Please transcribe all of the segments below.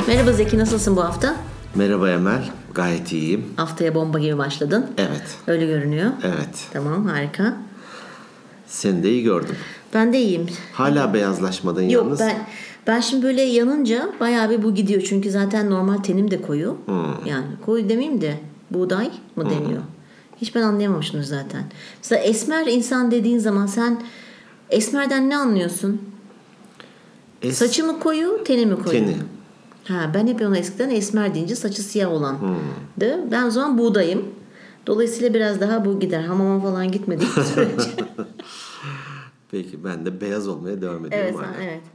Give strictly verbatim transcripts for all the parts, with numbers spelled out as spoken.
Merhaba Zeki, nasılsın bu hafta? Merhaba Emel, gayet iyiyim. Haftaya bomba gibi başladın. Evet. Öyle görünüyor. Evet. Tamam, harika. Seni de iyi gördüm. Ben de iyiyim. Hala beyazlaşmadın Yok, yalnız. ben ben şimdi böyle yanınca bayağı bir bu gidiyor. Çünkü zaten normal tenim de koyu. Hmm. Yani koyu demeyeyim de buğday mı hmm. deniyor? Hiç ben anlayamamıştım zaten. Mesela esmer insan dediğin zaman sen esmerden ne anlıyorsun? Es- Saçı mı koyu, teni mi koyu? Teni. Ha, ben hep ona eskiden esmer deyince saçı siyah olan. Hmm. Ben o zaman buğdayım. Dolayısıyla biraz daha bu gider. Hamama falan gitmediğim sürece. Peki, ben de beyaz olmaya devam ediyorum. Evet, sen, evet.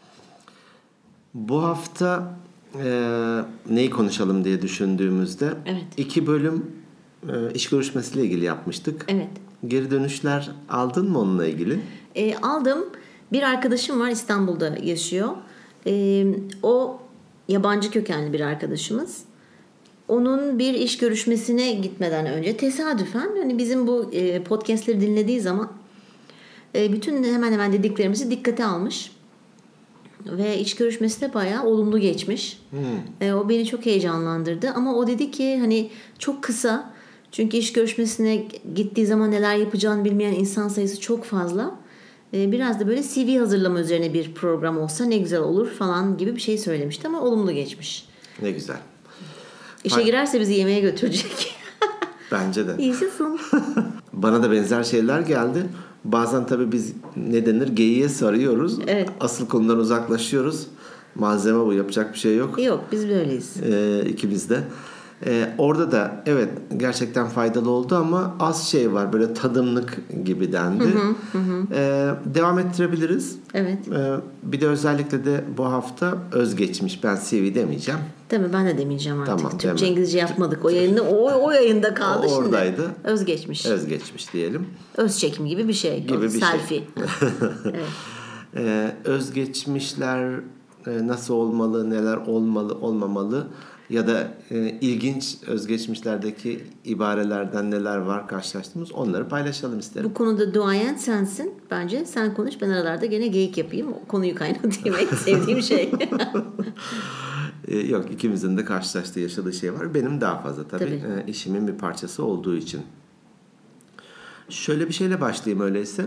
Bu hafta e, neyi konuşalım diye düşündüğümüzde evet. iki bölüm e, iş görüşmesiyle ilgili yapmıştık. Evet. Geri dönüşler aldın mı onunla ilgili? E, aldım. Bir arkadaşım var, İstanbul'da yaşıyor. E, o yabancı kökenli bir arkadaşımız. Onun bir iş görüşmesine gitmeden önce tesadüfen hani bizim bu e, podcastleri dinlediği zaman e, bütün hemen hemen dediklerimizi dikkate almış ve iş görüşmesi de bayağı olumlu geçmiş. Hmm. E, o beni çok heyecanlandırdı ama o dedi ki hani çok kısa, çünkü iş görüşmesine gittiği zaman neler yapacağını bilmeyen insan sayısı çok fazla. E, biraz da böyle C V hazırlama üzerine bir program olsa ne güzel olur falan gibi bir şey söylemişti ama olumlu geçmiş. Ne güzel. İşe girerse bizi yemeğe götürecek. Bence de. İyisin. Bana da benzer şeyler geldi. Bazen tabii biz ne denir geyiğe sarıyoruz. Evet. Asıl konudan uzaklaşıyoruz. Malzeme bu, yapacak bir şey yok. Yok, biz böyleyiz. Ee, ikimiz de. Ee, orada da evet gerçekten faydalı oldu ama az şey var, böyle tadımlık gibi dendi. Hı hı, hı. Ee, devam ettirebiliriz. Evet. Ee, bir de özellikle de bu hafta özgeçmiş. Ben C V demeyeceğim. Tabii ben de demeyeceğim artık. Tamam, Türkçe İngilizce yapmadık. O yayında o, o yayında kaldı o şimdi. Oradaydı. Özgeçmiş. Özgeçmiş diyelim. Öz çekim gibi bir şey. Gibi bir selfie. şey. Evet. Ee, özgeçmişler e, nasıl olmalı, neler olmalı, olmamalı ya da e, ilginç özgeçmişlerdeki ibarelerden neler var karşılaştığımız, onları paylaşalım isterim. Bu konuda duayen sensin. Bence sen konuş, ben aralarda gene geyik yapayım. Konuyu kaynatayım. En sevdiğim şey. ee, yok, ikimizin de karşılaştığı, yaşadığı şey var. Benim daha fazla tabii, tabii. E, işimin bir parçası olduğu için. Şöyle bir şeyle başlayayım öyleyse.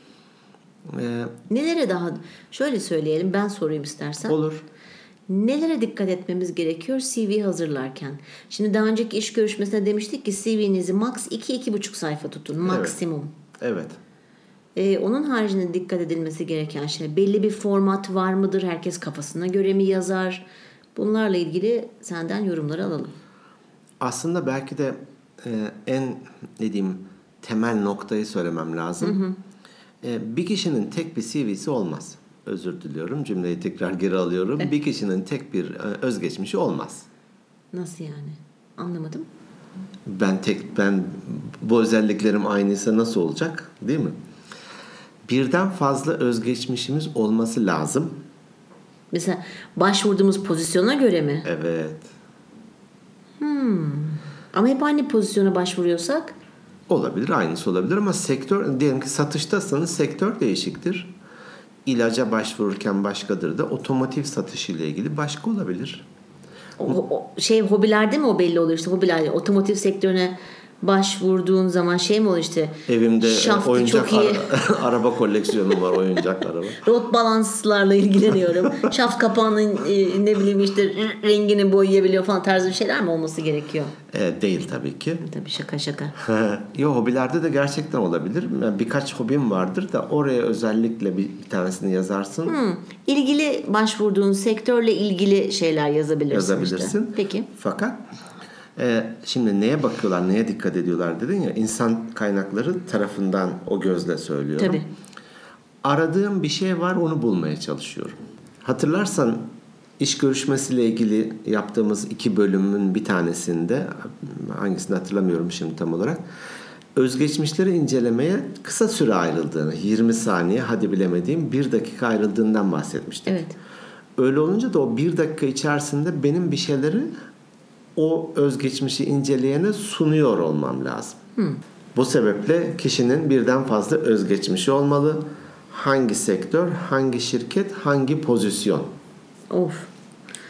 Ee, Nelere daha şöyle söyleyelim, ben sorayım istersen. Olur. Nelere dikkat etmemiz gerekiyor C V hazırlarken? Şimdi daha önceki iş görüşmesinde demiştik ki C V'nizi max iki iki buçuk sayfa tutun maksimum. Evet. evet. Ee, onun haricinde dikkat edilmesi gereken şey, belli bir format var mıdır? Herkes kafasına göre mi yazar? Bunlarla ilgili senden yorumları alalım. Aslında belki de e, en ne diyeyim temel noktayı söylemem lazım. Hı hı. E, bir kişinin tek bir C V'si olmaz. Özür diliyorum, cümleyi tekrar geri alıyorum. Evet. Bir kişinin tek bir e, özgeçmişi olmaz. Nasıl yani? Anlamadım. Ben tek ben bu özelliklerim aynıysa nasıl olacak, değil mi? Birden fazla özgeçmişimiz olması lazım. Mesela başvurduğumuz pozisyona göre mi? Evet. Hmm. Ama hep aynı pozisyona başvuruyorsak? Olabilir, aynısı olabilir ama sektör, diyelim ki satıştasanız sektör değişiktir. İlaca başvururken başkadır da, otomotiv satışı ile ilgili başka olabilir. O, o şey hobilerde mi o belli oluyor işte, hobiler, otomotiv sektörüne başvurduğun zaman şey mi oluyor işte? Evimde şaftı oyuncak çok iyi. Ara, araba koleksiyonum var, oyuncak araba. Rot balanslarla ilgileniyorum. Şaft kapağının e, ne bileyim işte rengini boyayabiliyor falan tarzı bir şeyler mi olması gerekiyor? E, değil tabii ki. Tabii, şaka şaka. Yo, hobilerde de gerçekten olabilir. Yani birkaç hobim vardır da oraya özellikle bir, bir tanesini yazarsın. Hmm. İlgili başvurduğun sektörle ilgili şeyler yazabilirsin. Yazabilirsin. Işte. Peki. Fakat e, şimdi neye bakıyorlar, neye dikkat ediyorlar dedin ya, insan kaynakları tarafından o gözle söylüyorum. Tabii. Aradığım bir şey var, onu bulmaya çalışıyorum. Hatırlarsan iş görüşmesiyle ilgili yaptığımız iki bölümün bir tanesinde, hangisini hatırlamıyorum şimdi tam olarak, özgeçmişleri incelemeye kısa süre ayrıldığını, yirmi saniye, hadi bilemediğim bir dakika ayrıldığından bahsetmiştik. Evet. Öyle olunca da o bir dakika içerisinde benim bir şeyleri o özgeçmişi inceleyene sunuyor olmam lazım. Hmm. Bu sebeple kişinin birden fazla özgeçmişi olmalı. Hangi sektör, hangi şirket, hangi pozisyon? Of.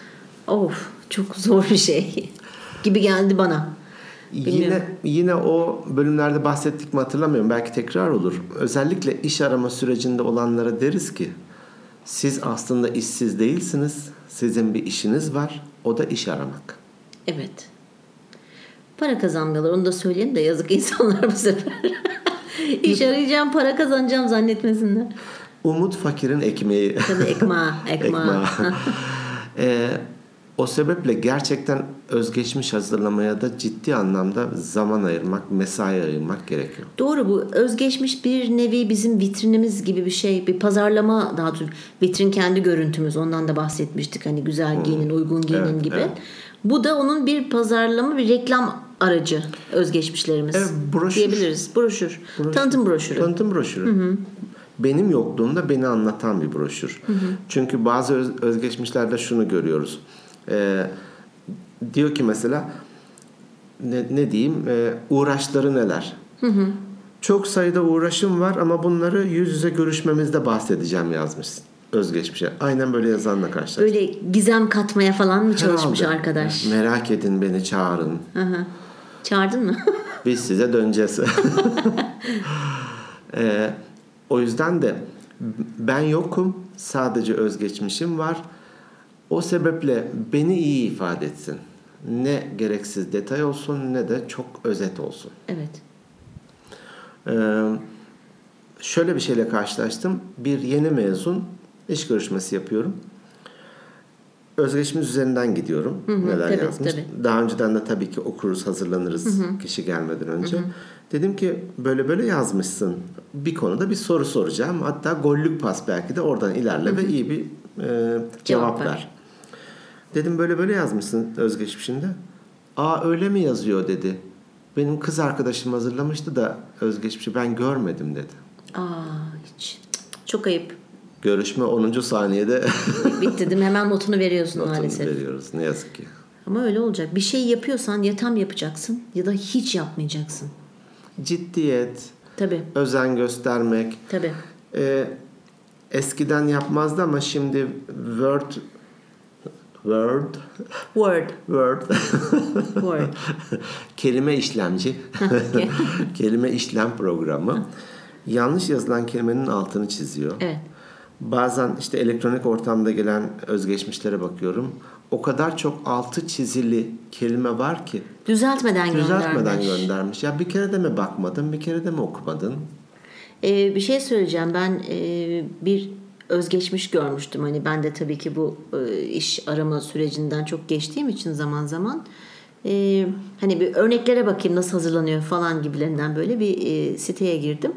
Of, çok zor bir şey gibi geldi bana. Bilmiyorum. Yine yine o bölümlerde bahsettik mi hatırlamıyorum. Belki tekrar olur. Özellikle iş arama sürecinde olanlara deriz ki siz aslında işsiz değilsiniz. Sizin bir işiniz var. O da iş aramak. Evet. Para kazanmıyorlar. Onu da söyleyeyim de yazık insanlar bu sefer. İş arayacağım, para kazanacağım zannetmesinler. Umut fakirin ekmeği. Tabii ekmeği. ekmeği. ee, o sebeple gerçekten özgeçmiş hazırlamaya da ciddi anlamda zaman ayırmak, mesai ayırmak gerekiyor. Doğru, bu özgeçmiş bir nevi bizim vitrinimiz gibi bir şey. Bir pazarlama, daha doğrusu vitrin kendi görüntümüz. Ondan da bahsetmiştik. Hani güzel giyinin, uygun giyinin evet, gibi. Evet. Bu da onun bir pazarlama, bir reklam aracı özgeçmişlerimiz. Evet, broşür. Diyebiliriz. Broşür. broşür. Tanıtım broşürü. Tanıtım broşürü. Hı hı. Benim yokluğumda beni anlatan bir broşür. Hı hı. Çünkü bazı öz, özgeçmişlerde şunu görüyoruz. Ee, diyor ki mesela ne, ne diyeyim e, uğraşları neler? Hı hı. Çok sayıda uğraşım var ama bunları yüz yüze görüşmemizde bahsedeceğim yazmış özgeçmişe. Aynen böyle yazanla karşılaştım. Böyle gizem katmaya falan mı çalışmış Herhalde. arkadaş? Merak edin, beni çağırın. Hı hı. Çağırdın mı? Biz size döneceğiz. ee, o yüzden de ben yokum, sadece özgeçmişim var. O sebeple beni iyi ifade etsin. Ne gereksiz detay olsun ne de çok özet olsun. Evet. Ee, şöyle bir şeyle karşılaştım. Bir yeni mezun iş görüşmesi yapıyorum. Özgeçmiş üzerinden gidiyorum. Hı hı, neler tabii, yazmış. Tabii. Daha önceden de tabii ki okuruz, hazırlanırız, hı hı. kişi gelmeden önce. Hı hı. Dedim ki böyle böyle yazmışsın. Bir konuda bir soru soracağım. Hatta gollük pas belki de oradan ilerle hı hı. ve iyi bir e, cevap, cevap ver. ver. Dedim böyle böyle yazmışsın özgeçmişinde. Aa öyle mi yazıyor dedi. Benim kız arkadaşım hazırlamıştı da özgeçmişi ben görmedim dedi. Aa hiç. Çok ayıp. Görüşme onuncu saniyede bitti değil mi? Hemen notunu veriyorsun notunu maalesef. Notunu veriyoruz ne yazık ki. Ama öyle olacak. Bir şey yapıyorsan ya tam yapacaksın ya da hiç yapmayacaksın. Ciddiyet. Tabii. Özen göstermek. Tabii. Ee, eskiden yapmazdı ama şimdi Word Word Word Word Word kelime işlemci kelime işlem programı yanlış yazılan kelimenin altını çiziyor. Evet. Bazen işte elektronik ortamda gelen özgeçmişlere bakıyorum. O kadar çok altı çizili kelime var ki. Düzeltmeden göndermiş. Düzeltmeden göndermiş. Ya bir kere de mi bakmadın, bir kere de mi okumadın? Ee, bir şey söyleyeceğim. Ben e, bir özgeçmiş görmüştüm. Hani ben de tabii ki bu e, iş arama sürecinden çok geçtiğim için zaman zaman e, hani bir örneklere bakayım nasıl hazırlanıyor falan gibilerinden böyle bir e, siteye girdim.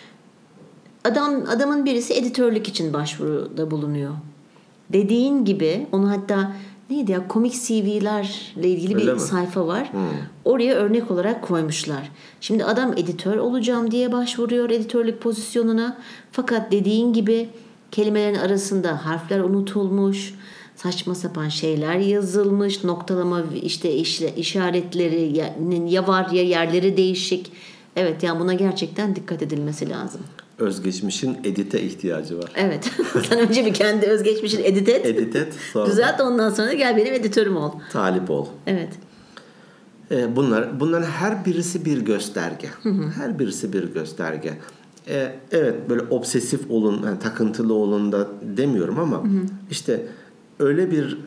Adam adamın birisi editörlük için başvuruda bulunuyor. Dediğin gibi onu hatta neydi ya komik C V'lerle ilgili Öyle bir mi? sayfa var. Hmm. Oraya örnek olarak koymuşlar. Şimdi adam editör olacağım diye başvuruyor editörlük pozisyonuna. Fakat dediğin gibi kelimelerin arasında harfler unutulmuş, saçma sapan şeyler yazılmış, noktalama işte işaretleri ya var ya yerleri değişik. Evet yani buna gerçekten dikkat edilmesi lazım. Özgeçmişin edite ihtiyacı var. Evet. Sen önce bir kendi özgeçmişini edit et. Edit et. Sonra düzelt ondan sonra gel benim editörüm ol. Talip ol. Evet. Ee, bunlar, bunların her birisi bir gösterge. Hı hı. Her birisi bir gösterge. Ee, evet böyle obsesif olun, yani takıntılı olun da demiyorum ama hı hı. işte öyle bir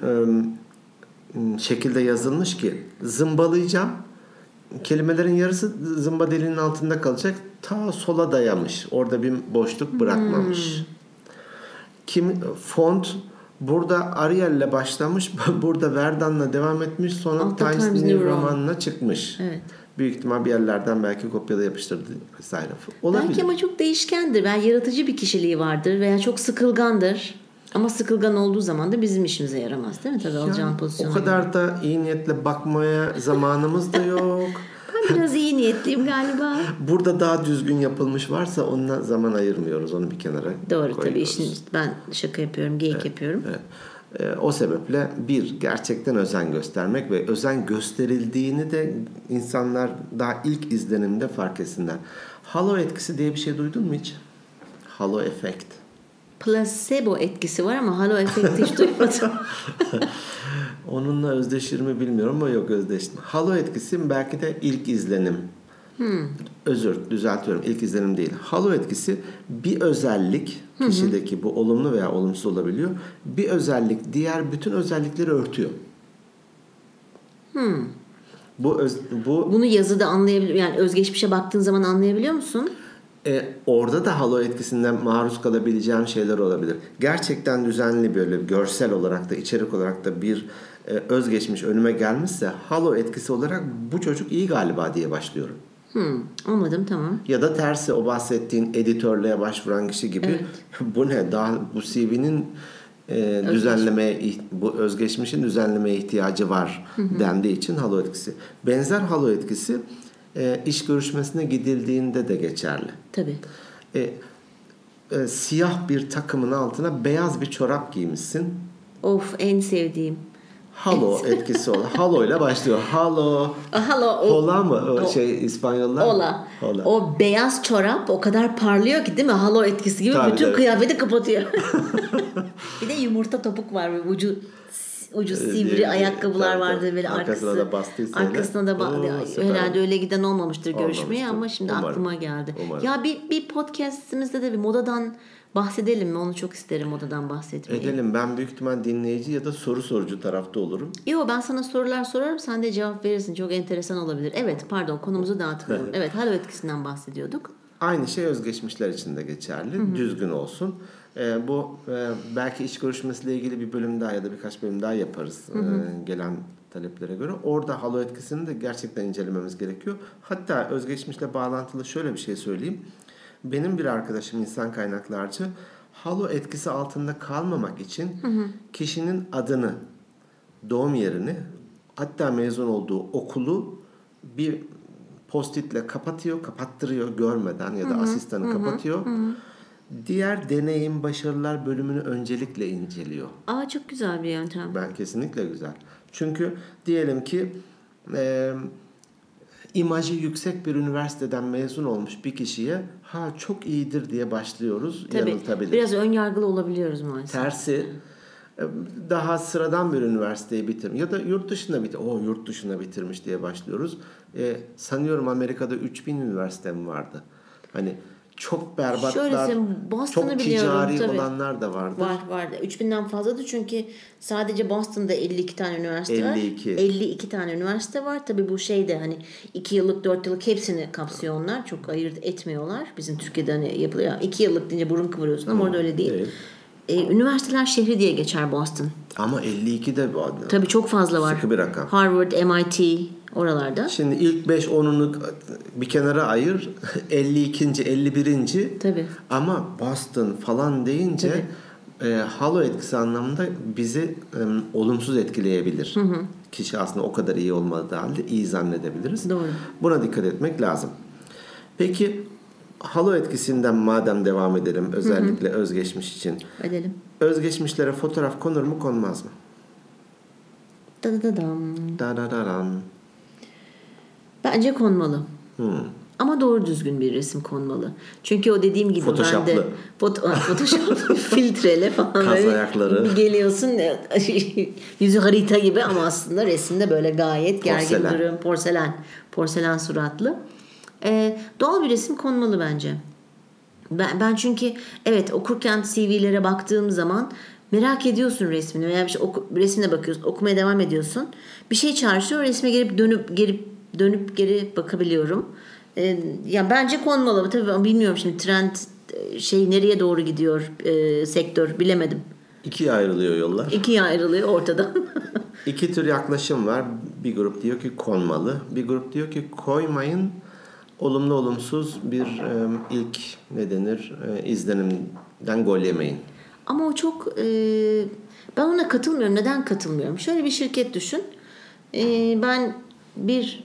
e, şekilde yazılmış ki zımbalayacağım. Kelimelerin yarısı zımba deliğinin altında kalacak. Ta sola dayamış. Orada bir boşluk bırakmamış. Hmm. Kim font burada Arial'le başlamış, burada Verdun'la devam etmiş, sonra Altta Times, Times New Roman'la çıkmış. Evet. Büyük ihtimal bir yerlerden belki kopyada yapıştırdı vesaire. Olabilir. Belki ama çok değişkendir. Belki yaratıcı bir kişiliği vardır veya çok sıkılgandır. Ama sıkılgan olduğu zaman da bizim işimize yaramaz değil mi? Tabii yani alacağın pozisyonu. O kadar göre. Da iyi niyetle bakmaya zamanımız da yok. Ben biraz iyi niyetliyim galiba. Burada daha düzgün yapılmış varsa onunla zaman ayırmıyoruz. Onu bir kenara Doğru koyuyoruz. Tabii işin, ben şaka yapıyorum, geyik evet, yapıyorum. Evet. Ee, o sebeple bir, gerçekten özen göstermek ve özen gösterildiğini de insanlar daha ilk izlenimde fark etsinler. Halo etkisi diye bir şey duydun mu hiç? Halo efekt. Plasebo etkisi var ama halo efekti hiç duymadım. Onunla özdeşir mi bilmiyorum ama yok özdeştim. Halo etkisi belki de ilk izlenim. Hmm. Özür düzeltiyorum. İlk izlenim değil. Halo etkisi bir özellik kişideki hı hı. bu olumlu veya olumsuz olabiliyor. Bir özellik diğer bütün özellikleri örtüyor. Hmm. Bu öz, bu bunu yazıda anlayabiliyor. Yani özgeçmişe baktığın zaman anlayabiliyor musun? E, orada da halo etkisinden maruz kalabileceğim şeyler olabilir. Gerçekten düzenli böyle görsel olarak da içerik olarak da bir e, özgeçmiş önüme gelmişse halo etkisi olarak bu çocuk iyi galiba diye başlıyorum. Hmm, anladım tamam. Ya da tersi o bahsettiğin editörlüğe başvuran kişi gibi evet. bu ne daha bu C V'nin e, düzenlemeye bu özgeçmişin düzenlemeye ihtiyacı var hı hı. dendiği için halo etkisi. Benzer halo etkisi E, iş görüşmesine gidildiğinde de geçerli. Tabii. E, e, siyah bir takımın altına beyaz bir çorap giymişsin. Of en sevdiğim. Halo etkisi ol. Halo ile başlıyor. Halo. Halo. Hola mı? O, şey İspanyollar. Hola. Hola. O beyaz çorap o kadar parlıyor ki değil mi? Halo etkisi gibi tabii, bütün tabii. kıyafeti kapatıyor. Bir de yumurta topuk var ve ucu ucu sivri ayakkabılar tabii, vardı böyle arkasına arkası, da bastıysa arkasına da ba- herhalde öyle giden olmamıştır görüşmeye ama şimdi umarım, aklıma geldi. Umarım. Ya bir bir podcast'imizde de bir modadan bahsedelim mi? Onu çok isterim modadan bahsetmeyi. Edelim. Ben büyük ihtimal dinleyici ya da soru sorucu tarafta olurum. Yok ben sana sorular sorarım sen de cevap verirsin. Çok enteresan olabilir. Evet pardon konumuzu dağıtmıyorum. Evet halo etkisinden bahsediyorduk. Aynı şey özgeçmişler için de geçerli. Hı hı. Düzgün olsun. Ee, bu e, belki iş görüşmesiyle ilgili bir bölüm daha ya da birkaç bölüm daha yaparız hı hı. E, gelen taleplere göre. Orada halo etkisini de gerçekten incelememiz gerekiyor. Hatta özgeçmişle bağlantılı şöyle bir şey söyleyeyim. Benim bir arkadaşım insan kaynaklarcı halo etkisi altında kalmamak için hı hı. kişinin adını, doğum yerini, hatta mezun olduğu okulu bir post-itle kapatıyor, kapattırıyor görmeden ya da hı hı. asistanı hı hı. kapatıyor. Hı hı. Diğer deneyim, başarılar bölümünü öncelikle inceliyor. Aa çok güzel bir yöntem. Ben kesinlikle güzel. Çünkü diyelim ki e, imajı yüksek bir üniversiteden mezun olmuş bir kişiye ha çok iyidir diye başlıyoruz. Tabii, yanıltabilir. Biraz ön yargılı olabiliyoruz maalesef. Tersi daha sıradan bir üniversiteyi bitirmiş ya da yurt dışında bitir, o yurt dışında bitirmiş diye başlıyoruz. E, sanıyorum Amerika'da üç bin üniversitem vardı. Hani çok berbatlar, çok ticari tabii. olanlar da vardı. Var vardı. üç binden fazladı çünkü sadece Boston'da elli iki tane üniversite elli iki. var. elli iki tane üniversite var. Tabii bu şeyde hani iki yıllık, dört yıllık hepsini kapsıyor onlar. Çok ayırt etmiyorlar. Bizim Türkiye'de hani yapılıyor. iki yıllık deyince burun kıvırıyorsun ama hmm, orada öyle değil. değil. Ee, üniversiteler şehri diye geçer Boston. Ama elli iki de tabii çok fazla var. Sıkı bir rakam. Harvard, M I T oralarda. Şimdi ilk beş onunu bir kenara ayır. elli ikinci elli birinci Tabii. Ama Boston falan deyince e, halo etkisi anlamında bizi e, olumsuz etkileyebilir. Hı hı. Kişi aslında o kadar iyi olmadığı halde iyi zannedebiliriz. Doğru. Buna dikkat etmek lazım. Peki halo etkisinden madem devam edelim özellikle hı hı. özgeçmiş için. Edelim. Özgeçmişlere fotoğraf konur mu konmaz mı? Da da da dam. Da da da dam. Bence konmalı. Hmm. Ama doğru düzgün bir resim konmalı. Çünkü o dediğim gibi Photoshop'lı. ben de foto, Photoshop'lı filtreli falan kas böyle ayakları. Bir geliyorsun yüzü harita gibi ama aslında resimde böyle gayet gergin porselen. durum. Porselen. Porselen suratlı. Ee, doğal bir resim konmalı bence. Ben, ben çünkü evet okurken C V'lere baktığım zaman merak ediyorsun resmini veya bir şey oku, resmine bakıyorsun, okumaya devam ediyorsun. Bir şey çağrışıyor, resme gelip dönüp gelip dönüp geri bakabiliyorum. Ee, ya bence konmalı tabii bilmiyorum şimdi trend şey nereye doğru gidiyor e, sektör bilemedim. İkiye ayrılıyor yollar. İkiye ayrılıyor ortadan. İki tür yaklaşım var. Bir grup diyor ki konmalı, bir grup diyor ki koymayın. Olumlu olumsuz bir e, ilk ne denir e, izlenimden gol yemeyin. Ama o çok e, ben ona katılmıyorum. Neden katılmıyorum? Şöyle bir şirket düşün. E, ben bir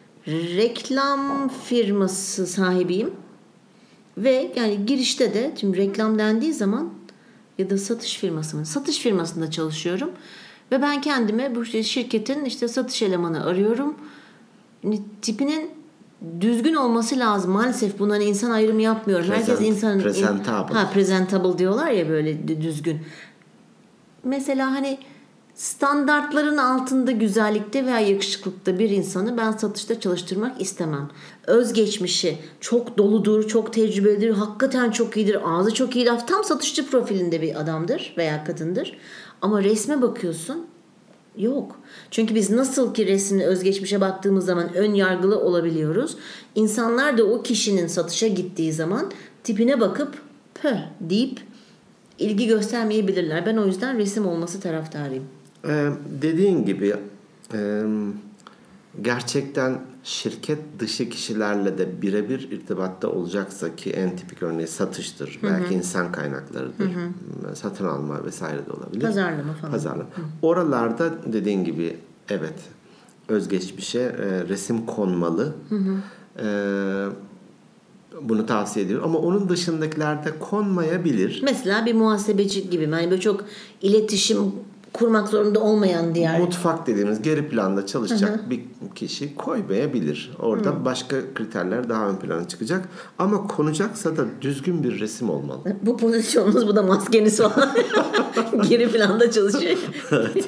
reklam firması sahibiyim ve yani girişte de şimdi reklam dendiği zaman ya da satış firması mı? Satış firmasında çalışıyorum ve ben kendime bu şirketin işte satış elemanı arıyorum. Tipinin düzgün olması lazım. Maalesef bunların insan ayrımı yapmıyorum. Present, Herkes insan presentable. Ha, presentable diyorlar ya, böyle düzgün. Mesela hani standartların altında güzellikte veya yakışıklıkta bir insanı ben satışta çalıştırmak istemem. Özgeçmişi çok doludur, çok tecrübelidir, hakikaten çok iyidir, ağzı çok iyidir. Tam satışçı profilinde bir adamdır veya kadındır. Ama resme bakıyorsun, yok. Çünkü biz nasıl ki resmine, özgeçmişe baktığımız zaman ön yargılı olabiliyoruz. İnsanlar da o kişinin satışa gittiği zaman tipine bakıp pöh deyip ilgi göstermeyebilirler. Ben o yüzden resim olması taraftarıyım. Ee, dediğin gibi e, gerçekten şirket dışı kişilerle de birebir irtibatta olacaksa, ki en tipik örneği satıştır. Hı hı. Belki insan kaynaklarıdır. Hı hı. Satın alma vesaire de olabilir. Pazarlama falan. Pazarlama. Hı. Oralarda dediğin gibi evet, özgeçmişe e, resim konmalı. Hı hı. E, bunu tavsiye ediyorum. Ama onun dışındakilerde konmayabilir. Mesela bir muhasebeci gibi. Yani böyle çok iletişim kurmak zorunda olmayan diğer... Mutfak dediğimiz geri planda çalışacak, hı hı, bir kişi koymayabilir. Orada hı, başka kriterler daha ön plana çıkacak. Ama konacaksa da düzgün bir resim olmalı. Bu pozisyonunuz, bu da maskeniz falan. Geri planda çalışıyor. Evet.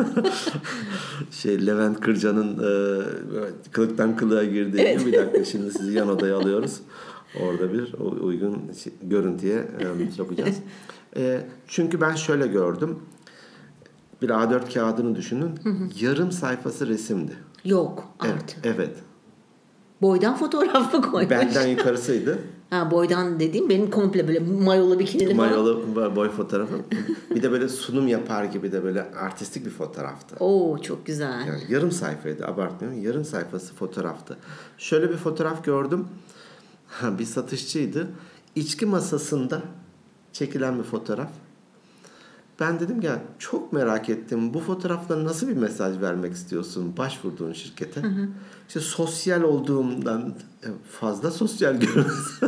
şey Levent Kırca'nın e, kılıktan kılığa girdiği, evet, bir dakika şimdi sizi yan odaya alıyoruz. Orada bir uygun görüntüye e, sokacağız. E, çünkü ben şöyle gördüm. Bir A dört kağıdını düşünün. Hı hı. Yarım sayfası resimdi. Yok evet, artık. Evet. Boydan fotoğraf mı koymuş? Benden yukarısıydı. Ha, boydan dediğim benim komple böyle mayolu bikinili falan. Mayolu boy fotoğrafı. Bir de böyle sunum yapar gibi de böyle artistik bir fotoğraftı. Oo, çok güzel. Yani yarım sayfaydı, abartmıyorum. Yarım sayfası fotoğraftı. Şöyle bir fotoğraf gördüm. Bir satışçıydı. İçki masasında çekilen bir fotoğraf. Ben dedim ya, çok merak ettim. Bu fotoğrafla nasıl bir mesaj vermek istiyorsun başvurduğun şirkete? Hı hı. İşte sosyal olduğumdan fazla sosyal görünüyor.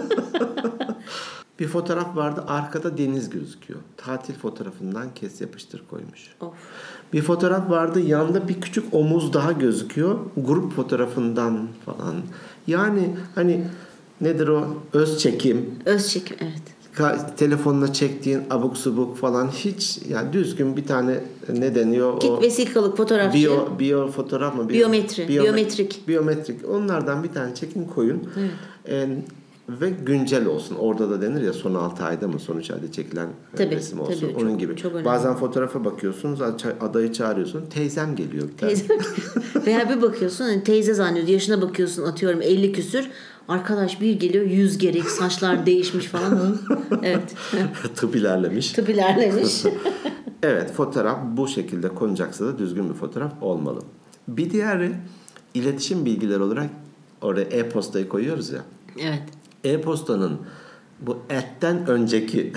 Bir fotoğraf vardı. Arkada deniz gözüküyor. Tatil fotoğrafından kes yapıştır koymuş. Of. Bir fotoğraf vardı. Yanında bir küçük omuz daha gözüküyor. Grup fotoğrafından falan. Yani hani nedir o? Öz çekim. Öz çekim, evet. Telefonla çektiğin abuk subuk falan, hiç yani düzgün bir tane ne deniyor? Kit o vesikalık fotoğrafçı. Biyo, biyo fotoğraf mı? Biyometri. Biyo, biyometrik. Biyometrik. Onlardan bir tane çekin koyun. Evet. Ee, ve güncel olsun. Orada da denir ya, son altı ayda mı son üç ayda çekilen tabii, resim olsun. Tabii, onun çok, gibi. Çok bazen fotoğrafa bakıyorsunuz, adayı çağırıyorsun. Teyzem geliyor. Teyzem. Veya bir bakıyorsun hani teyze zannediyor. Yaşına bakıyorsun, atıyorum elli küsür. Arkadaş bir geliyor yüz gerik, saçlar değişmiş falan. Evet. Tıp ilerlemiş. Tıp ilerlemiş. Evet, fotoğraf bu şekilde konacaksa da düzgün bir fotoğraf olmalı. Bir diğeri iletişim bilgileri olarak oraya e-postayı koyuyoruz ya. Evet. E-postanın bu etten önceki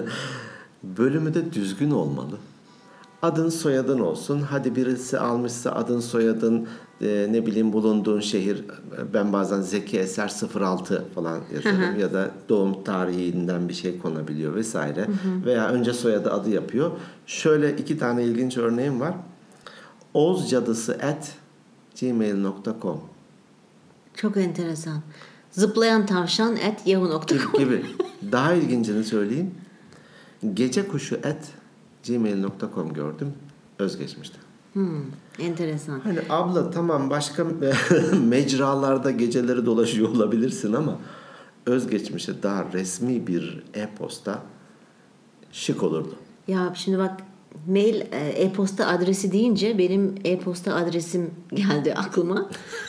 bölümü de düzgün olmalı. Adın soyadın olsun. Hadi birisi almışsa adın soyadın, e, ne bileyim bulunduğun şehir. Ben bazen Zeki Eser sıfır altı falan yazıyorum. Hı hı. Ya da doğum tarihinden bir şey konabiliyor vesaire. Hı hı. Veya önce soyadı adı yapıyor. Şöyle iki tane ilginç örneğim var. ozcadısı at gmail nokta com. Çok enteresan. Zıplayan tavşan at yahoo nokta com gibi. Daha ilgincini söyleyeyim. Gecekuşu at gmail nokta com gördüm özgeçmişte. Hmm, enteresan. Hani abla tamam, başka mecralarda geceleri dolaşıyor olabilirsin ama özgeçmişe daha resmi bir e-posta şık olurdu. Ya şimdi bak, mail e-posta adresi deyince benim e-posta adresim geldi aklıma.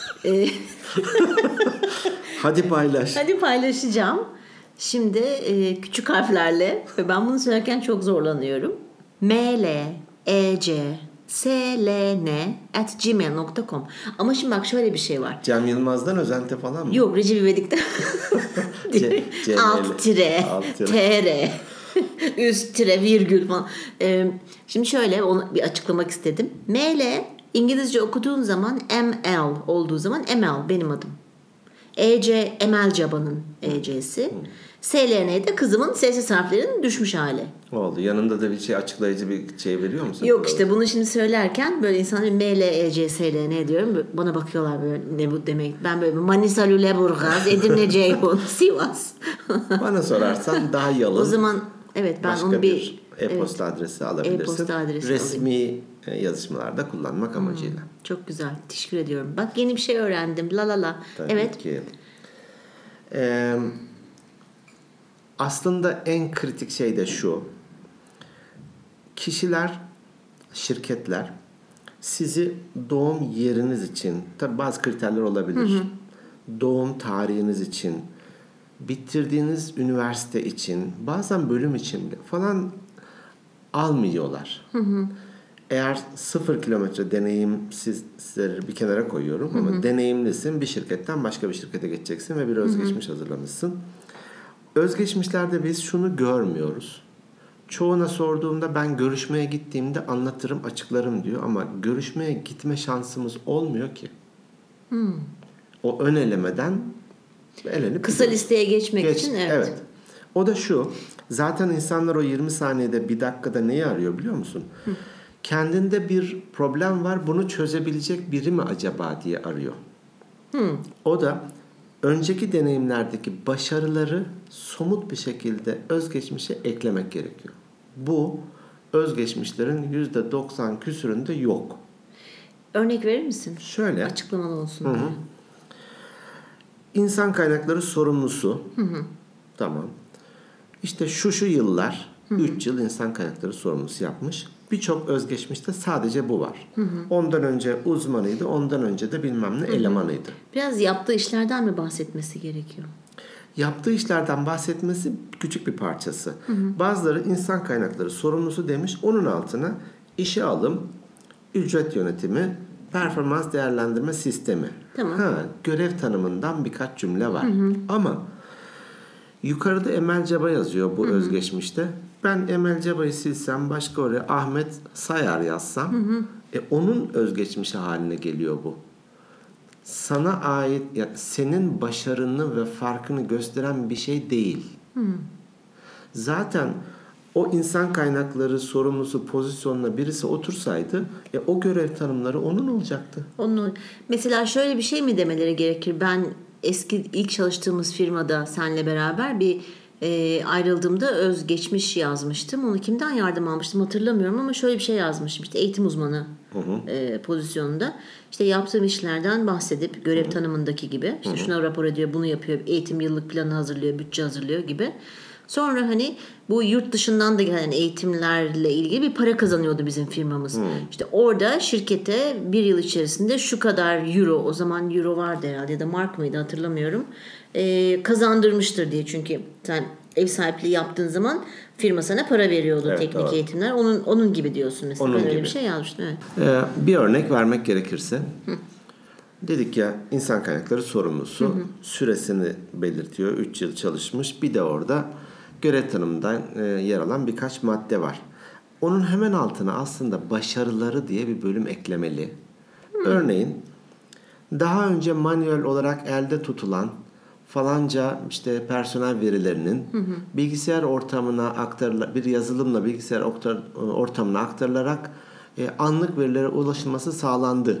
Hadi paylaş. Hadi paylaşacağım. Şimdi e, küçük harflerle ve ben bunu söylerken çok zorlanıyorum. M L E C S L N at gmail nokta com. Ama şimdi bak, şöyle bir şey var. Cem Yılmaz'dan özenti falan mı? Yok, Recep İvedik'ten. C- alt tire, tr, üst tire, virgül falan. Ee, şimdi şöyle onu bir açıklamak istedim. M L İngilizce okuduğun zaman M L olduğu zaman M L benim adım. E C Emel Caba'nın E C'si. S L N de kızımın sessiz harflerinin düşmüş hali. Oldu. Yanında da bir şey açıklayıcı bir şey veriyor musun? Yok işte bunu şimdi söylerken böyle insanlar M L E C S L N diyorum. Bana bakıyorlar böyle ne bu demek. Ben böyle Manisa Lüleburgaz, Edirne Ceyhun, Sivas. Bana sorarsan daha yalın. O zaman evet ben başka onu bir, bir e-posta evet, adresi alabilirsin. E-posta adresi Resmi alayım. yazışmalarda kullanmak amacıyla. Hmm, çok güzel. Teşekkür ediyorum. Bak yeni bir şey öğrendim. La la la. Tabii evet. ki. Ee, aslında en kritik şey de şu. Kişiler, şirketler sizi doğum yeriniz için, tabii bazı kriterler olabilir. Hı hı. Doğum tarihiniz için, bitirdiğiniz üniversite için, bazen bölüm için falan almıyorlar. Hı hı. Eğer sıfır kilometre deneyimsizleri bir kenara koyuyorum, hı hı, ama deneyimlisin, bir şirketten başka bir şirkete geçeceksin ve bir özgeçmiş, hı hı, hazırlamışsın. Özgeçmişlerde biz şunu görmüyoruz. Çoğuna sorduğumda ben görüşmeye gittiğimde anlatırım, açıklarım diyor ama görüşmeye gitme şansımız olmuyor ki. Hmm. O ön elemeden elenip kısa gidiyor. Listeye geçmek Geç, için evet. evet. O da şu. Zaten insanlar o yirmi saniyede bir dakikada neyi arıyor biliyor musun? Hı. Kendinde bir problem var, bunu çözebilecek biri mi acaba diye arıyor. Hı. O da önceki deneyimlerdeki başarıları somut bir şekilde özgeçmişe eklemek gerekiyor. Bu özgeçmişlerin yüzde doksan küsüründe yok. Örnek verir misin? Şöyle. Açıklamalı olsun. Hı hı. İnsan kaynakları sorumlusu. Hı hı. Tamam. İşte şu şu yıllar, üç yıl insan kaynakları sorumlusu yapmış. Birçok özgeçmişte sadece bu var. Hı hı. Ondan önce uzmanıydı, ondan önce de bilmem ne, hı hı, elemanıydı. Biraz yaptığı işlerden mi bahsetmesi gerekiyor? Yaptığı işlerden bahsetmesi küçük bir parçası. Hı hı. Bazıları insan kaynakları sorumlusu demiş. Onun altına işe alım, ücret yönetimi, performans değerlendirme sistemi. Tamam. Ha, görev tanımından birkaç cümle var. Hı hı. Ama yukarıda Emel Caba yazıyor bu, hı hı, özgeçmişte. Ben Emel Caba'yı silsem, başka oraya Ahmet Sayar yazsam, hı hı, e, onun özgeçmişi haline geliyor bu. Sana ait, ya senin başarını ve farkını gösteren bir şey değil. Hmm. Zaten o insan kaynakları sorumlusu pozisyonuna birisi otursaydı e, o görev tanımları onun olacaktı. Onun, mesela şöyle bir şey mi demeleri gerekir? Ben eski ilk çalıştığımız firmada seninle beraber bir e, ayrıldığımda özgeçmiş yazmıştım. Onu kimden yardım almıştım hatırlamıyorum ama şöyle bir şey yazmıştım. İşte eğitim uzmanı, hı hı, e, pozisyonunda. İşte yaptığım işlerden bahsedip görev, hı hı, tanımındaki gibi. İşte, hı hı, şuna rapor ediyor, bunu yapıyor. Eğitim yıllık planı hazırlıyor, bütçe hazırlıyor gibi. Sonra hani bu yurt dışından da gelen eğitimlerle ilgili bir para kazanıyordu bizim firmamız. Hmm. İşte orada şirkete bir yıl içerisinde şu kadar euro, o zaman euro vardı herhalde ya da mark mıydı hatırlamıyorum, ee, kazandırmıştır diye. Çünkü sen ev sahipliği yaptığın zaman firma sana para veriyordu, evet, teknik doğru, eğitimler. Onun onun gibi diyorsun mesela. Onun ben öyle gibi bir şey yazmıştım. Evet. Ee, bir örnek vermek gerekirse. Hı. Dedik ya insan kaynakları sorumlusu, hı hı, süresini belirtiyor. üç yıl çalışmış. Bir de orada görev tanımından e, yer alan birkaç madde var. Onun hemen altına aslında başarıları diye bir bölüm eklemeli. Hmm. Örneğin daha önce manuel olarak elde tutulan falanca işte personel verilerinin, hı hı, bilgisayar ortamına aktarıla, bir yazılımla bilgisayar ortamına aktarılarak e, anlık verilere ulaşılması sağlandı.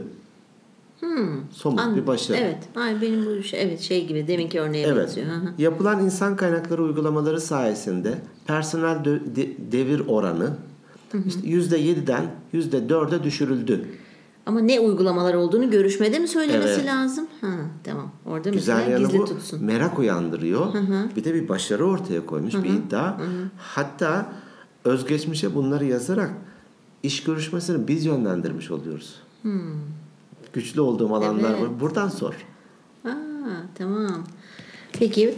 Hmm. Somut An- bir başarı. Evet. Ay benim bu şey, evet şey gibi deminki örneğe evet, benziyor. Yapılan insan kaynakları uygulamaları sayesinde personel de- de- devir oranı, hı hı, işte yüzde yediden yüzde dörde düşürüldü. Ama ne uygulamalar olduğunu görüşmede mi söylemesi, evet, lazım? Ha, tamam. Orada güzel mesela yanı gizli bu, tutsun. Merak uyandırıyor. Hı hı. Bir de bir başarı ortaya koymuş, hı hı, bir iddia. Hı hı. Hatta özgeçmişe bunları yazarak iş görüşmesini biz yönlendirmiş oluyoruz. Hmm. Güçlü olduğum alanlar, evet, var. Buradan sor. Aa, tamam. Peki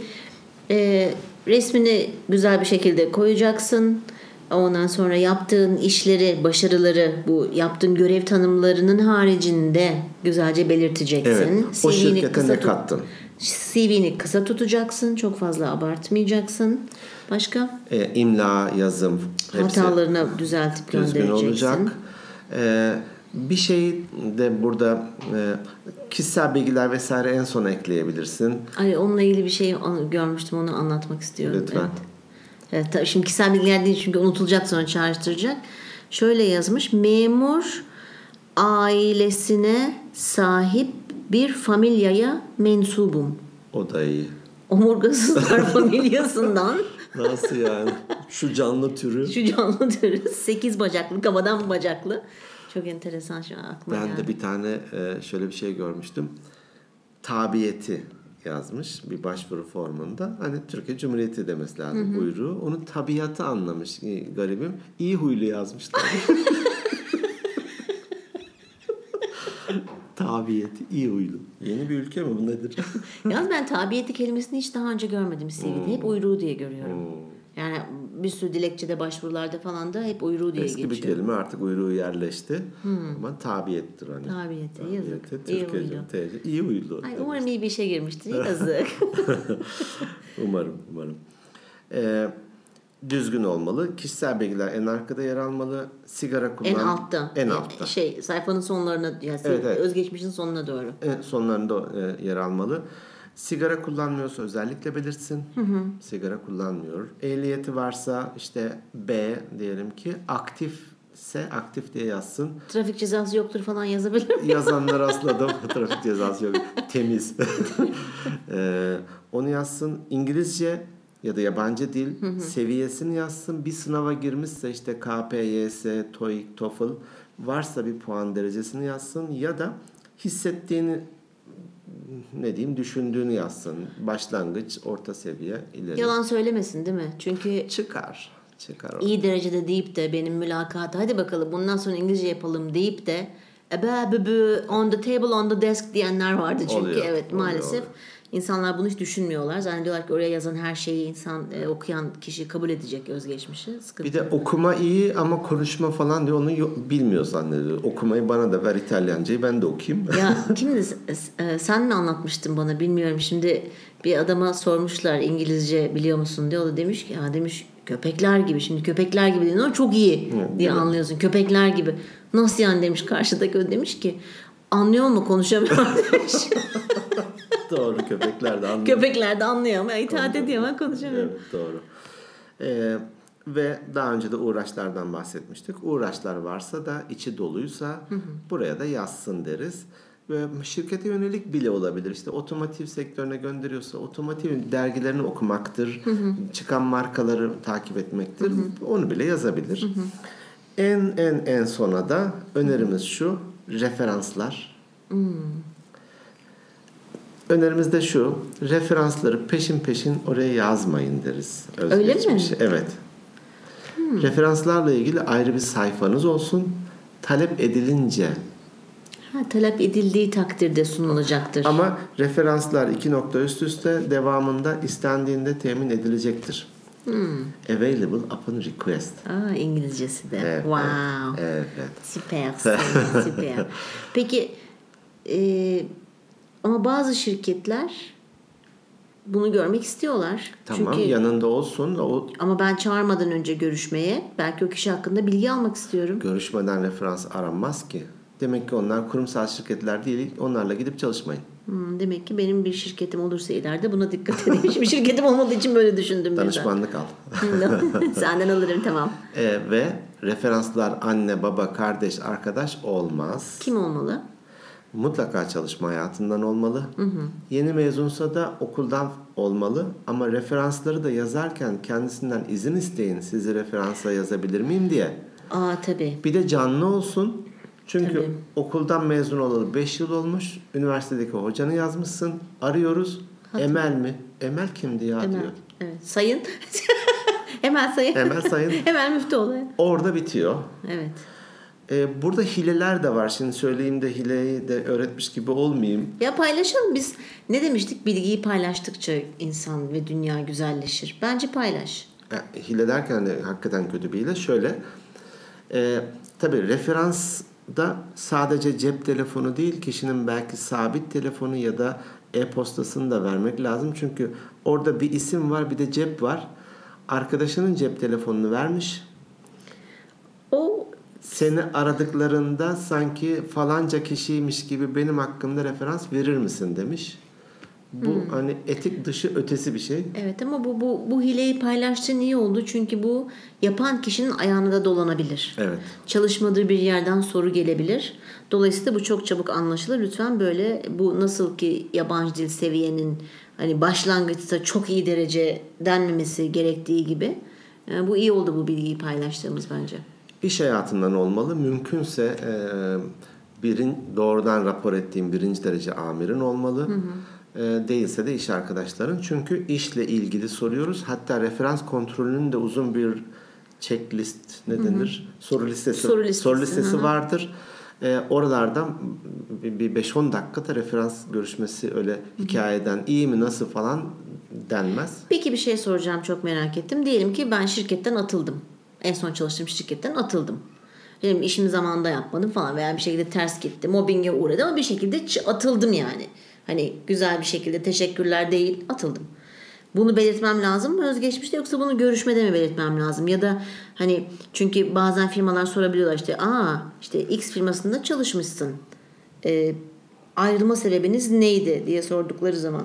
e, resmini güzel bir şekilde koyacaksın. Ondan sonra yaptığın işleri, başarıları, bu yaptığın görev tanımlarının haricinde güzelce belirteceksin. Evet. O şirkete ne kattın? C V'ni kısa tutacaksın. Çok fazla abartmayacaksın. Başka? E, imla, yazım. Hatalarını düzeltip göndereceksin. Düzgün olacak. E, Bir şey de burada e, kişisel bilgiler vesaire en sona ekleyebilirsin. Ay, onunla ilgili bir şey görmüştüm, onu anlatmak istiyorum. Lütfen. Evet. Evet, tabii şimdi kişisel bilgiler değil çünkü unutulacak, sonra çağrıştıracak. Şöyle yazmış: memur ailesine sahip bir familyaya mensubum. O da iyi. Omurgasızlar familyasından. Nasıl yani? Şu canlı türü. Şu canlı türü. Sekiz bacaklı, kafadan bacaklı. Çok enteresan, şu an aklıma Ben geldi. de bir tane şöyle bir şey görmüştüm. Tabiyeti yazmış bir başvuru formunda. Hani Türkiye Cumhuriyeti demesi lazım, hı hı. Buyruğu. Onun tabiatı anlamış garibim. İyi huylu yazmışlar. Tabiyeti, iyi huylu. Yeni bir ülke mi bu, nedir? Yalnız ben tabiyeti kelimesini hiç daha önce görmedim C V'de. Hmm. Hep uyruğu diye görüyorum. Hmm. Yani bir sürü dilekçede, başvurularda falan da hep uyruğu diye Eski geçiyor. Eski bir kelime, artık uyruğu yerleşti. Hmm. Ama tabiyettir hani. Tabiyeti, yazık. İyi huylu. Teyze, iyi huylu. Ay, umarım iyi bir işe girmiştir. Yazık. umarım, umarım. Ee, düzgün olmalı. Kişisel bilgiler en arkada yer almalı. Sigara kullan. En altta. En altta. Şey, sayfanın sonlarına, yani evet, evet. özgeçmişin sonuna doğru. En sonlarında yer almalı. Sigara kullanmıyorsa özellikle belirtsin. Hı hı. Sigara kullanmıyor. Ehliyeti varsa işte B diyelim ki, aktifse aktif diye yazsın. Trafik cezası yoktur falan yazabilir mi? Yazanlar rastladım. Trafik cezası yok. Temiz. ee, onu yazsın. İngilizce ya da yabancı dil hı hı. seviyesini yazsın. Bir sınava girmişse işte K P Y S, TOEIC, TOEFL varsa bir puan derecesini yazsın ya da hissettiğini, ne diyeyim, düşündüğünü yazsın. Başlangıç, orta seviye, ileri. Yalan söylemesin değil mi? Çünkü çıkar. Çıkar. İyi derecede deyip de benim mülakata hadi bakalım bundan sonra İngilizce yapalım deyip de ebe on the table on the desk diyenler vardı çünkü. Oluyor, evet oluyor, maalesef. Oluyor. İnsanlar bunu hiç düşünmüyorlar. Zannediyorlar ki oraya yazan her şeyi insan e, okuyan kişi kabul edecek, özgeçmişi. Sıkıntı. Bir de okuma iyi ama konuşma falan diyor, onu bilmiyor zannediyor. Okumayı bana da ver, İtalyancayı ben de okuyayım. Ya kimdi? Sen mi anlatmıştın bana bilmiyorum. Şimdi bir adama sormuşlar İngilizce biliyor musun diye. O da demiş ki ya demiş köpekler gibi. Şimdi köpekler gibi diyor. Çok iyi Hı, diye evet. anlıyorsun. Köpekler gibi. Nasıl yani demiş karşıdaki. O demiş ki anlıyor mu konuşamıyor demiş. Doğru, köpekler de anlıyor. Köpekler de anlıyor ama itaat ediyor ama konuşamıyor. Evet, doğru. Ee, ve daha önce de uğraşlardan bahsetmiştik. Uğraşlar varsa da içi doluysa hı hı. buraya da yazsın deriz. Ve şirkete yönelik bile olabilir. İşte otomotiv sektörüne gönderiyorsa otomotiv dergilerini okumaktır. Hı hı. Çıkan markaları takip etmektir. Hı hı. Onu bile yazabilir. Hı hı. En en en sona da önerimiz şu: referanslar. Hı. Önerimiz de şu: referansları peşin peşin oraya yazmayın deriz. Öyle mi? Evet. Hmm. Referanslarla ilgili ayrı bir sayfanız olsun. Talep edilince. Ha, talep edildiği takdirde sunulacaktır. Ama referanslar iki nokta üst üste, devamında istendiğinde temin edilecektir. Hmm. Available upon request. Aa, İngilizcesi de. Evet, wow. Evet. evet. Süper. Süper. Peki e, ama bazı şirketler bunu görmek istiyorlar. Tamam, çünkü, yanında olsun. O... Ama ben çağırmadan önce görüşmeye belki o kişi hakkında bilgi almak istiyorum. Görüşmeden referans aranmaz ki. Demek ki onlar kurumsal şirketler değil. Onlarla gidip çalışmayın. Hmm, demek ki benim bir şirketim olursa ileride buna dikkat edeyim. Hiçbir şirketim olmadığı için böyle düşündüm. Danışmanlık al. Senden alırım, tamam. E, ve referanslar anne, baba, kardeş, arkadaş olmaz. Kim olmalı? Mutlaka çalışma hayatından olmalı. Hı hı. Yeni mezunsa da okuldan olmalı. Ama referansları da yazarken kendisinden izin isteyin. Sizi referansa yazabilir miyim diye. Aa, tabii. Bir de canlı olsun. Çünkü tabii. okuldan mezun olalı beş yıl olmuş. Üniversitedeki hocanı yazmışsın. Arıyoruz. Ha, Emel tabii. mi? Emel kimdi ya Emel. diyor. Evet. Sayın. Emel Sayın. Emel Sayın. Emel Müftüoğlu. Orada bitiyor. Evet. Ee, burada hileler de var. Şimdi söyleyeyim de hileyi de öğretmiş gibi olmayayım. Ya paylaşalım biz. Ne demiştik? Bilgiyi paylaştıkça insan ve dünya güzelleşir. Bence paylaş. Ya, hile derken de hakikaten kötü bir hile. Şöyle. E, tabii referans da sadece cep telefonu değil, kişinin belki sabit telefonu ya da e-postasını da vermek lazım. Çünkü orada bir isim var, bir de cep var. Arkadaşının cep telefonunu vermiş. O seni aradıklarında sanki falanca kişiymiş gibi benim hakkımda referans verir misin demiş. Bu hmm. hani etik dışı ötesi bir şey. Evet ama bu bu bu hileyi paylaştığın iyi oldu. Çünkü bu yapan kişinin ayağına da dolanabilir. Evet. Çalışmadığı bir yerden soru gelebilir. Dolayısıyla bu çok çabuk anlaşılır. Lütfen böyle bu nasıl ki yabancı dil seviyenin hani başlangıçta çok iyi derece denmemesi gerektiği gibi yani bu iyi oldu bu bilgiyi paylaştığımız bence. İş hayatından olmalı. Mümkünse e, birin doğrudan rapor ettiğim birinci derece amirin olmalı. Hı hı. Değilse de iş arkadaşların. Çünkü işle ilgili soruyoruz. Hatta referans kontrolünün de uzun bir checklist ne denir? Hı hı. Soru listesi soru listesi, soru listesi vardır. Ee, oralardan bir beş on dakikada referans görüşmesi öyle hı hı. hikayeden iyi mi nasıl falan denmez. Peki bir şey soracağım, çok merak ettim. Diyelim ki ben şirketten atıldım. En son çalıştığım şirketten atıldım. Benim işimi zamanında yapmadım falan veya bir şekilde ters gitti. Mobbinge uğradım ama bir şekilde atıldım yani. Hani güzel bir şekilde teşekkürler değil, atıldım. Bunu belirtmem lazım mı özgeçmişte, yoksa bunu görüşmede mi belirtmem lazım? Ya da hani çünkü bazen firmalar sorabiliyorlar işte aa işte X firmasında çalışmışsın. Ee, ayrılma sebebiniz neydi diye sordukları zaman.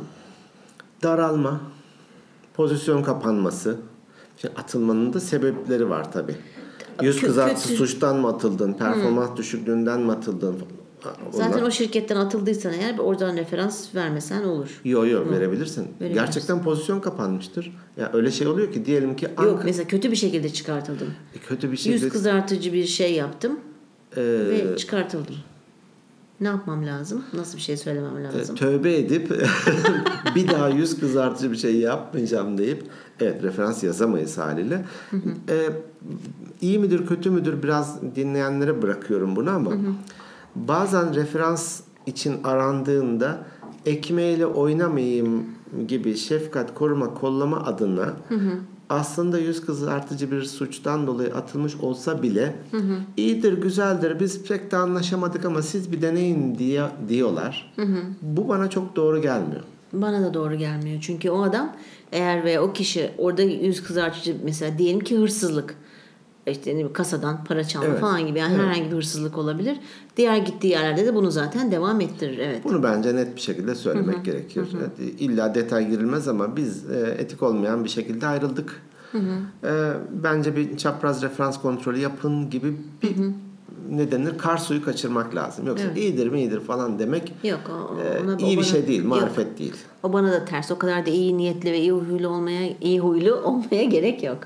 Daralma, pozisyon kapanması. Şimdi atılmanın da sebepleri var tabii. Yüz kızartısı suçtan mı atıldın, performans hmm. düşüklüğünden mi atıldın? Zaten Onlar... o şirketten atıldıysan eğer oradan referans vermesen olur. Yok yok verebilirsin. Gerçekten pozisyon kapanmıştır. Ya yani öyle şey oluyor ki diyelim ki Ank- Yok mesela kötü bir şekilde çıkartıldım. E, kötü bir şekilde yüz kızartıcı bir şey yaptım ee... ve çıkartıldım. Ne yapmam lazım? Nasıl bir şey söylemem lazım? Tövbe edip bir daha yüz kızartıcı bir şey yapmayacağım deyip evet referans yazamayız haliyle. Hı hı. Ee, iyi midir kötü müdür biraz dinleyenlere bırakıyorum bunu ama hı hı. bazen referans için arandığında ekmeğiyle oynamayayım gibi şefkat, koruma, kollama adına hı hı. aslında yüz kızartıcı bir suçtan dolayı atılmış olsa bile hı hı. iyidir, güzeldir, biz pek de anlaşamadık ama siz bir deneyin diye diyorlar. Hı hı. Bu bana çok doğru gelmiyor. Bana da doğru gelmiyor. Çünkü o adam eğer veya o kişi orada yüz kızartıcı mesela diyelim ki hırsızlık. İşte kasadan para çalma evet. falan gibi yani evet. herhangi bir hırsızlık olabilir. Diğer gittiği yerlerde de bunu zaten devam ettirir. Evet. Bunu bence net bir şekilde söylemek Hı-hı. gerekir. Hı-hı. İlla detay girilmez ama biz e, etik olmayan bir şekilde ayrıldık. E, bence bir çapraz referans kontrolü yapın gibi bir Hı-hı. ne denir? Kar suyu kaçırmak lazım. Yoksa evet. iyidir mi iyidir falan demek yok, o, ona, e, iyi o bir bana, şey değil, marifet yok. değil. O bana da ters. O kadar da iyi niyetli ve iyi huylu olmaya iyi huylu olmaya gerek yok.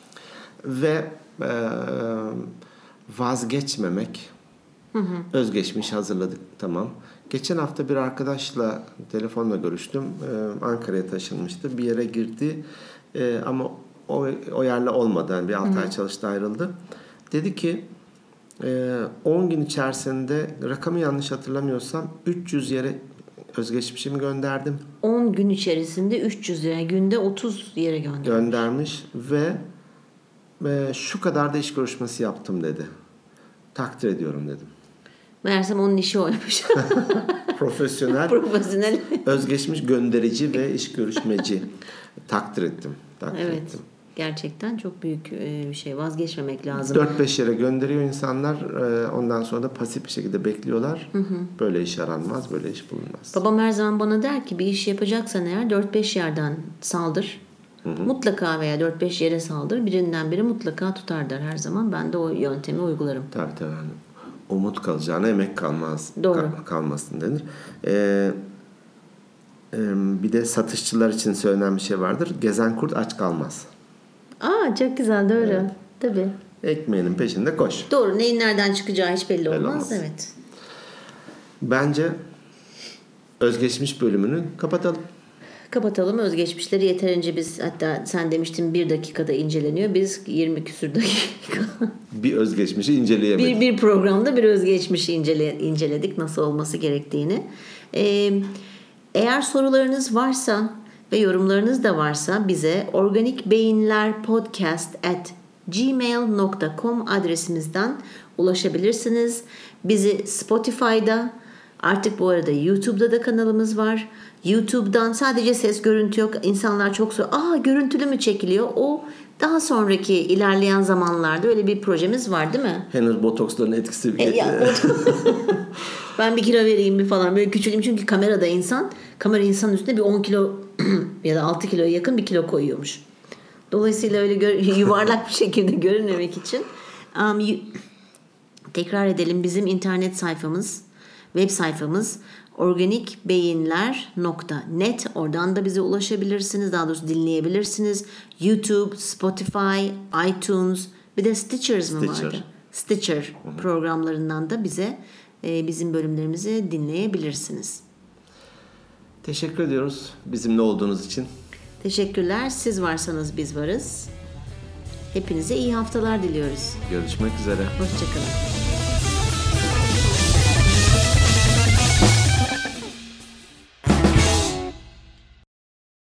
Ve vazgeçmemek. Hı hı. Özgeçmiş hazırladık, tamam. Geçen hafta bir arkadaşla telefonla görüştüm. Ankara'ya taşınmıştı. Bir yere girdi ama o, o yerle olmadı. Yani bir altı ay çalıştı, ayrıldı. Dedi ki on gün içerisinde, rakamı yanlış hatırlamıyorsam, üç yüz yere özgeçmişimi gönderdim. on gün içerisinde üç yüz lira, günde otuz yere göndermiş. Göndermiş ve Ve şu kadar da iş görüşmesi yaptım dedi. Takdir ediyorum dedim. Meğersem onun işi oymuş. Profesyonel. Profesyonel. Özgeçmiş gönderici ve iş görüşmeci. Takdir ettim. Takdir evet. ettim. Gerçekten çok büyük bir şey. Vazgeçmemek lazım. dört beş yere gönderiyor insanlar. Ondan sonra da pasif bir şekilde bekliyorlar. Hı hı. Böyle iş aranmaz, böyle iş bulunmaz. Babam her zaman bana der ki bir iş yapacaksan eğer dört beş yerden saldır. Hı hı. Mutlaka veya dört beş yere saldır. Birinden biri mutlaka tutar der her zaman. Ben de o yöntemi uygularım. Tabii tabii. Umut kalacağına emek kalmaz. Doğru. Kal- kalmasın denir. Ee, e, bir de satışçılar için söylenen bir şey vardır. Gezen kurt aç kalmaz. Aa çok güzel, doğru. Evet. Tabii. Ekmeğinin peşinde koş. Doğru. Neyin nereden çıkacağı hiç belli olmaz. olmaz. Evet. Bence özgeçmiş bölümünü kapatalım. Kapatalım. Özgeçmişleri yeterince biz, hatta sen demiştin bir dakikada inceleniyor. Biz yirmi küsür dakika. Bir özgeçmişi inceleyemedik. Bir, bir programda bir özgeçmişi incele, inceledik. Nasıl olması gerektiğini. Ee, eğer sorularınız varsa ve yorumlarınız da varsa bize organikbeyinlerpodcast at gmail nokta com adresimizden ulaşabilirsiniz. Bizi Spotify'da, artık bu arada YouTube'da da kanalımız var. YouTube'dan sadece ses görüntü yok. İnsanlar çok soruyor. Aa görüntülü mü çekiliyor? O Daha sonraki ilerleyen zamanlarda öyle bir projemiz var değil mi? Henüz botoksların etkisi E, ya, ben bir kilo vereyim bir falan böyle küçüleyim çünkü kamerada insan kamera insanın üstüne bir on kilo ya da altı kiloya yakın bir kilo koyuyormuş. Dolayısıyla öyle gör, yuvarlak bir şekilde görünmemek için um, y- tekrar edelim, bizim internet sayfamız, web sayfamız organikbeyinler nokta net. Oradan da bize ulaşabilirsiniz. Daha doğrusu dinleyebilirsiniz. YouTube, Spotify, iTunes, bir de Stitchers mı Stitcher. vardı? Stitcher programlarından da bize e, bizim bölümlerimizi dinleyebilirsiniz. Teşekkür ediyoruz bizimle olduğunuz için. Teşekkürler. Siz varsanız biz varız. Hepinize iyi haftalar diliyoruz. Görüşmek üzere. Hoşçakalın.